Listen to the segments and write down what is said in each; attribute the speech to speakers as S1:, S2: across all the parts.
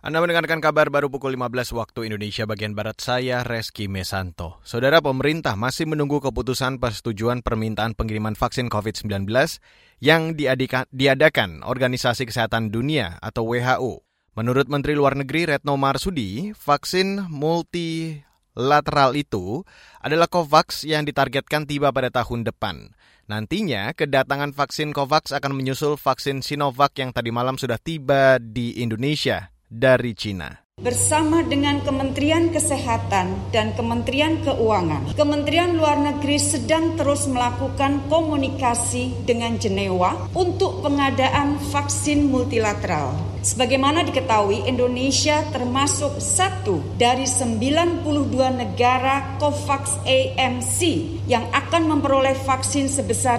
S1: Anda mendengarkan kabar baru pukul 15 waktu Indonesia bagian Barat, saya Reski Mesanto. Saudara, pemerintah masih menunggu keputusan persetujuan permintaan pengiriman vaksin COVID-19 yang diadakan Organisasi Kesehatan Dunia atau WHO. Menurut Menteri Luar Negeri Retno Marsudi, vaksin multilateral itu adalah COVAX yang ditargetkan tiba pada tahun depan. Nantinya, kedatangan vaksin COVAX akan menyusul vaksin Sinovac yang tadi malam sudah tiba di Indonesia dari Cina.
S2: Bersama dengan Kementerian Kesehatan dan Kementerian Keuangan, Kementerian Luar Negeri sedang terus melakukan komunikasi dengan Jenewa untuk pengadaan vaksin multilateral. Sebagaimana diketahui, Indonesia termasuk satu dari 92 negara COVAX AMC yang akan memperoleh vaksin sebesar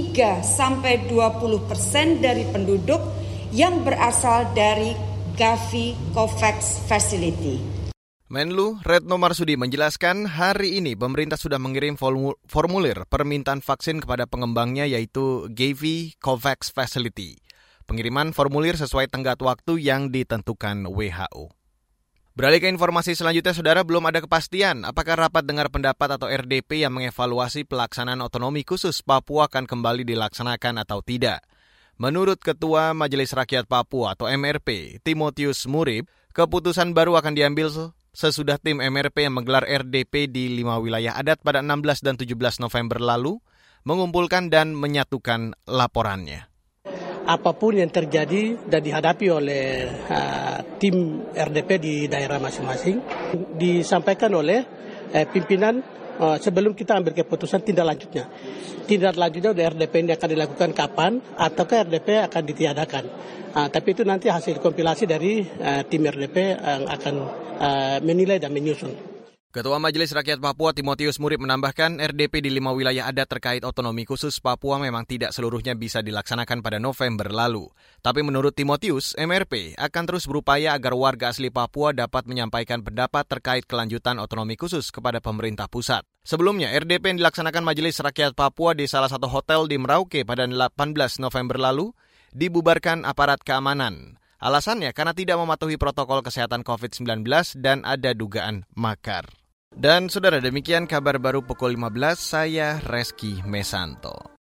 S2: 3-20% dari penduduk yang berasal dari Gavi COVAX Facility.
S1: Menlu Retno Marsudi menjelaskan hari ini pemerintah sudah mengirim formulir permintaan vaksin kepada pengembangnya yaitu Gavi COVAX Facility. Pengiriman formulir sesuai tenggat waktu yang ditentukan WHO. Beralih ke informasi selanjutnya, saudara, belum ada kepastian apakah rapat dengar pendapat atau RDP yang mengevaluasi pelaksanaan otonomi khusus Papua akan kembali dilaksanakan atau tidak. Menurut Ketua Majelis Rakyat Papua atau MRP, Timotius Murib, keputusan baru akan diambil sesudah tim MRP yang menggelar RDP di 5 wilayah adat pada 16 dan 17 November lalu, mengumpulkan dan menyatukan laporannya.
S3: Apapun yang terjadi dan dihadapi oleh tim RDP di daerah masing-masing, disampaikan oleh pimpinan sebelum kita ambil keputusan tindak lanjutnya. Tindak lanjutnya dari RDP ini akan dilakukan kapan ataukah RDP akan ditiadakan. Tapi itu nanti hasil kompilasi dari tim RDP yang akan menilai dan menyusun.
S1: Ketua Majelis Rakyat Papua Timotius Murib menambahkan RDP di 5 wilayah adat terkait otonomi khusus Papua memang tidak seluruhnya bisa dilaksanakan pada November lalu. Tapi menurut Timotius, MRP akan terus berupaya agar warga asli Papua dapat menyampaikan pendapat terkait kelanjutan otonomi khusus kepada pemerintah pusat. Sebelumnya, RDP yang dilaksanakan Majelis Rakyat Papua di salah satu hotel di Merauke pada 18 November lalu dibubarkan aparat keamanan. Alasannya karena tidak mematuhi protokol kesehatan COVID-19 dan ada dugaan makar. Dan saudara, demikian kabar baru pukul 15, saya Reski Mesanto.